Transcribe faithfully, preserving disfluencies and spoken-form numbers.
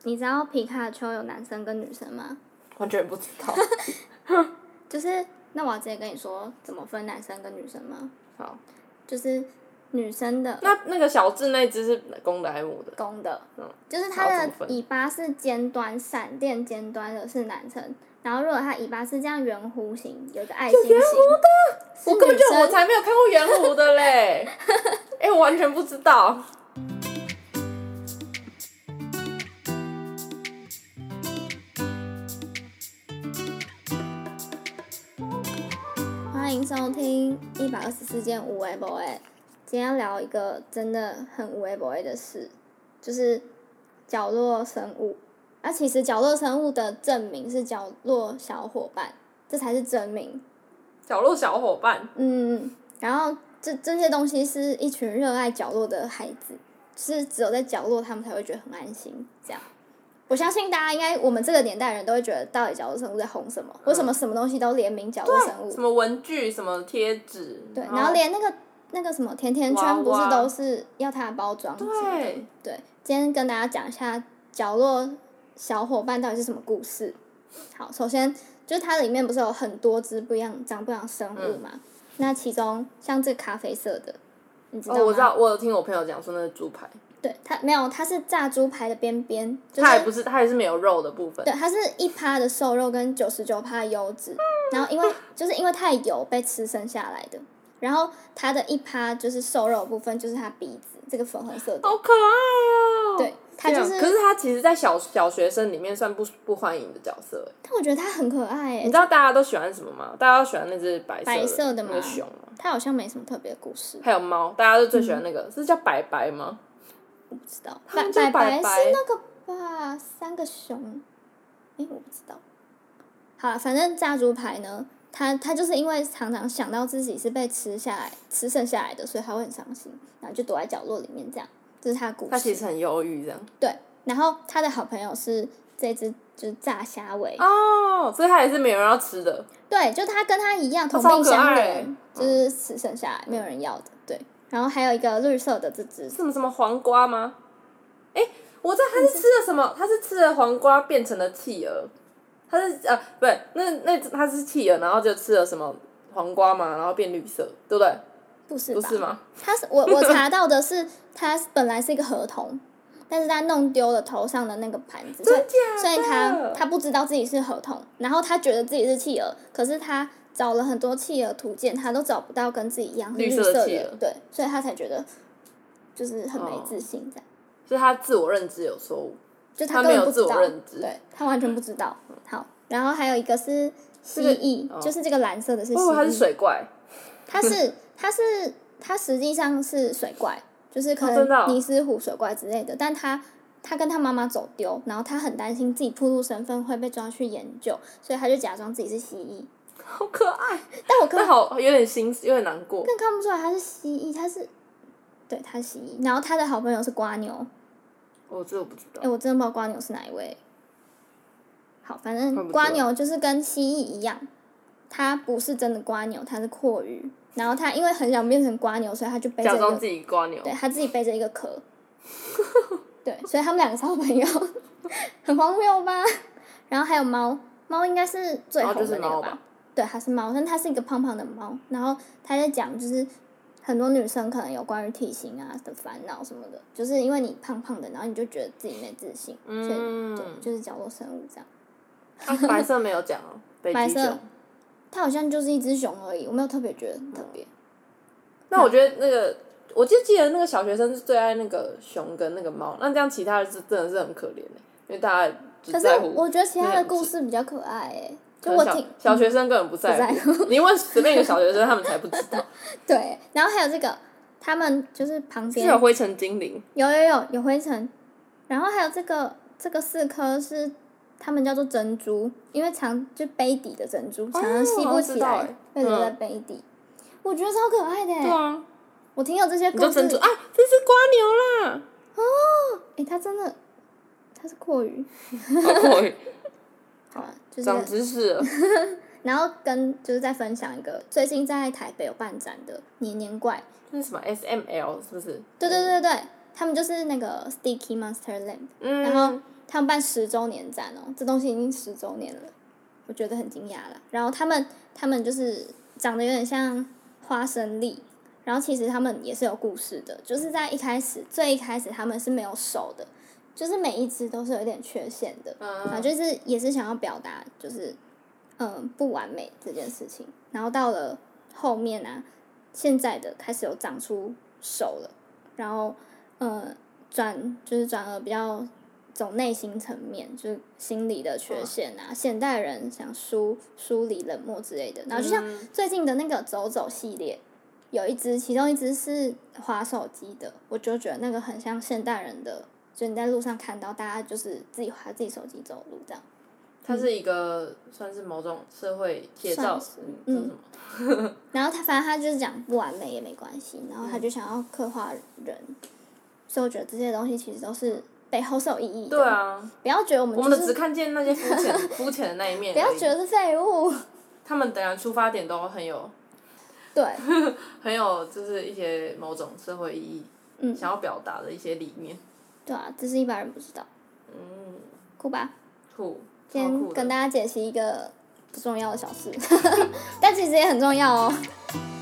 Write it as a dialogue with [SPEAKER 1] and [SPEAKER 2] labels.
[SPEAKER 1] 你知道皮卡丘有男生跟女生吗？
[SPEAKER 2] 完全不知道。
[SPEAKER 1] 就是那我要直接跟你说怎么分男生跟女生吗？
[SPEAKER 2] 好，
[SPEAKER 1] 就是女生的。
[SPEAKER 2] 那那个小智那只是公的还是母的？
[SPEAKER 1] 公的。
[SPEAKER 2] 嗯。
[SPEAKER 1] 就是它的尾巴是尖端，闪电尖端的是男生，然后如果它尾巴是这样圆弧形，有一个爱心形。
[SPEAKER 2] 有圆弧的？我根本就我才没有看过圆弧的嘞！哎、欸，我完全不知道。
[SPEAKER 1] 欢迎收听一百二十四件无为不为。今天要聊一个真的很无为不为的事，就是角落生物。啊，其实角落生物的正名是角落小伙伴，这才是真名。
[SPEAKER 2] 角落小伙伴。
[SPEAKER 1] 嗯，然后这这些东西是一群热爱角落的孩子，是只有在角落他们才会觉得很安心。这样，我相信大家应该我们这个年代的人都会觉得，到底角落生物在红什么？为什么什么东西都联名角落生物？
[SPEAKER 2] 什么文具，什么贴纸。
[SPEAKER 1] 对，然后连那个那个什么甜甜圈，不是都是要它的包装？
[SPEAKER 2] 对。
[SPEAKER 1] 对，今天跟大家讲一下角落小伙伴到底是什么故事。好，首先就是它里面不是有很多只不一样长不一样的生物嘛？嗯、那其中像这个咖啡色的，你知道吗？
[SPEAKER 2] 哦，我知道，我有听我朋友讲说那是猪排。
[SPEAKER 1] 对，它没有，它是炸猪排的边边，就是、
[SPEAKER 2] 它还不是，它还是没有肉的部分。
[SPEAKER 1] 对，它是一趴的瘦肉跟九十九趴的油脂，然后因为就是因为太油被吃剩下来的，然后它的一趴就是瘦肉的部分就是它鼻子这个粉红色的，
[SPEAKER 2] 好可爱哦。
[SPEAKER 1] 对，它就是。
[SPEAKER 2] 可是它其实，在小小学生里面算不不欢迎的角色。
[SPEAKER 1] 但我觉得它很可爱诶。
[SPEAKER 2] 你知道大家都喜欢什么吗？大家都喜欢那只白色的
[SPEAKER 1] 白色的
[SPEAKER 2] 那个熊吗？
[SPEAKER 1] 它好像没什么特别的故事。
[SPEAKER 2] 还有猫，大家都最喜欢那个，嗯、是叫白白吗？
[SPEAKER 1] 我不知道，
[SPEAKER 2] 白
[SPEAKER 1] 白
[SPEAKER 2] 白
[SPEAKER 1] 是那个吧？三个熊，诶、欸，我不知道。好了，反正炸猪排呢，他他就是因为常常想到自己是被吃下来、吃剩下来的，所以他会很伤心，然后就躲在角落里面这样。这是他的故事。
[SPEAKER 2] 他其实很忧郁这样。
[SPEAKER 1] 对，然后他的好朋友是这只就是炸虾尾。
[SPEAKER 2] 哦，所以他也是没有人要吃的。
[SPEAKER 1] 对，就他跟他一样同病相怜，
[SPEAKER 2] 欸、
[SPEAKER 1] 就是吃剩下来、嗯、没有人要的，对。然后还有一个绿色的这只，
[SPEAKER 2] 什么什么黄瓜吗？哎、欸，我知道他是吃了什么，他是吃了黄瓜变成了企鹅，他是呃不对，那那他是企鹅，然后就吃了什么黄瓜嘛，然后变绿色，对不对？
[SPEAKER 1] 不是吧？
[SPEAKER 2] 不是吗？
[SPEAKER 1] 他是我我查到的是，他本来是一个河童，但是他弄丢了头上的那个盘子，
[SPEAKER 2] 真假的？
[SPEAKER 1] 所以他他不知道自己是河童，然后他觉得自己是企鹅，可是他找了很多企鹅图鉴，他都找不到跟自己一样是绿色的，
[SPEAKER 2] 企鹅，
[SPEAKER 1] 对，所以他才觉得就是很没自信这样。
[SPEAKER 2] 哦、所以他自我认知有错误，
[SPEAKER 1] 就他根本不知道，
[SPEAKER 2] 他没有自我认知，
[SPEAKER 1] 对他完全不知道。好，然后还有一个是蜥蜴，
[SPEAKER 2] 哦、
[SPEAKER 1] 就是这个蓝色的是蜥蜴，
[SPEAKER 2] 哦，它是水怪，
[SPEAKER 1] 它是它是它实际上是水怪，就是可能尼斯湖水怪之类的，哦、但他他跟他妈妈走丢，然后他很担心自己暴露身份会被抓去研究，所以他就假装自己是蜥蜴。
[SPEAKER 2] 好可爱，
[SPEAKER 1] 但我看
[SPEAKER 2] 好有点心有点难过，
[SPEAKER 1] 更看不出来他是蜥蜴，他是，对，他是蜥蜴。然后他的好朋友是瓜牛，
[SPEAKER 2] 哦，这我不知道。
[SPEAKER 1] 哎、欸，我真的不知道瓜牛是哪一位。好，反正瓜牛就是跟蜥蜴一样，它不是真的瓜牛，它是蛞蝓。然后他因为很想变成瓜牛，所以他就背着一个，
[SPEAKER 2] 假装自己瓜牛，
[SPEAKER 1] 对他自己背着一个壳，对，所以他们两个是好朋友，很荒谬吧？然后还有猫，猫应该是最红的那个吧？对，它是猫，但它是一个胖胖的猫。然后他在讲，就是很多女生可能有关于体型啊的烦恼什么的，就是因为你胖胖的，然后你就觉得自己没自信，嗯、所以对，就是角落生物这样。
[SPEAKER 2] 啊，白色没有讲哦，北极熊。
[SPEAKER 1] 它好像就是一只熊而已，我没有特别觉得很特别、嗯。
[SPEAKER 2] 那我觉得那个，我就记得那个小学生是最爱那个熊跟那个猫，那这样其他的是真的是很可怜的，因为大家只在乎。
[SPEAKER 1] 可是我觉得其他的故事比较可爱诶、欸。就我听
[SPEAKER 2] 小, 小学生根本不在乎，不在你问随便一个小学生，他们才不知道。
[SPEAKER 1] 对，然后还有这个，他们就是旁边
[SPEAKER 2] 是有灰尘精灵，
[SPEAKER 1] 有有有有灰尘，然后还有这个这个四颗是他们叫做珍珠，因为常就杯底的珍珠常常吸不起来，会留在杯底、嗯。我觉得超可爱的、欸。
[SPEAKER 2] 对啊，
[SPEAKER 1] 我听有这些故事。
[SPEAKER 2] 珍珠啊，这是瓜牛啦。
[SPEAKER 1] 哦，哎、欸，它真的，它是蛞蝓。
[SPEAKER 2] 蛞蝓。
[SPEAKER 1] 好啊，就是
[SPEAKER 2] 长知识了。
[SPEAKER 1] 然后跟就是再分享一个最近在台北有办展的黏黏怪，
[SPEAKER 2] 那是什么 S M L 是不是？
[SPEAKER 1] 对对对对，他们就是那个 Sticky Monster Land，、
[SPEAKER 2] 嗯、
[SPEAKER 1] 然后他们办十周年展哦，这东西已经十周年了，我觉得很惊讶啦。然后他们他们就是长得有点像花生粒，然后其实他们也是有故事的，就是在一开始最一开始他们是没有手的，就是每一只都是有点缺陷的，然后就是也是想要表达就是嗯不完美这件事情，然后到了后面啊，现在的开始有长出手了，然后嗯转就是转而比较走内心层面，就是心理的缺陷啊，现代人想疏疏离冷漠之类的。然后就像最近的那个走走系列，有一只，其中一只是滑手机的，我就觉得那个很像现代人的，就你在路上看到大家就是自己滑自己手机走路这样。
[SPEAKER 2] 它是一个算是某种社会写照，嗯，
[SPEAKER 1] 嗯然后他反正他就是讲不完美也没关系，然后他就想要刻画人，所以我觉得这些东西其实都是背后是有意义的。
[SPEAKER 2] 对啊。
[SPEAKER 1] 不要觉得我们、
[SPEAKER 2] 就是、我们只看见那些肤浅肤浅的那一面。
[SPEAKER 1] 不要觉得是废物。
[SPEAKER 2] 他们等下出发点都很有。
[SPEAKER 1] 对。
[SPEAKER 2] 很有就是一些某种社会意义，
[SPEAKER 1] 嗯，
[SPEAKER 2] 想要表达的一些理念。
[SPEAKER 1] 对啊，这是一般人不知道。
[SPEAKER 2] 嗯。
[SPEAKER 1] 酷吧？
[SPEAKER 2] 酷。
[SPEAKER 1] 今天跟大家解析一个不重要的小事，但其实也很重要哦。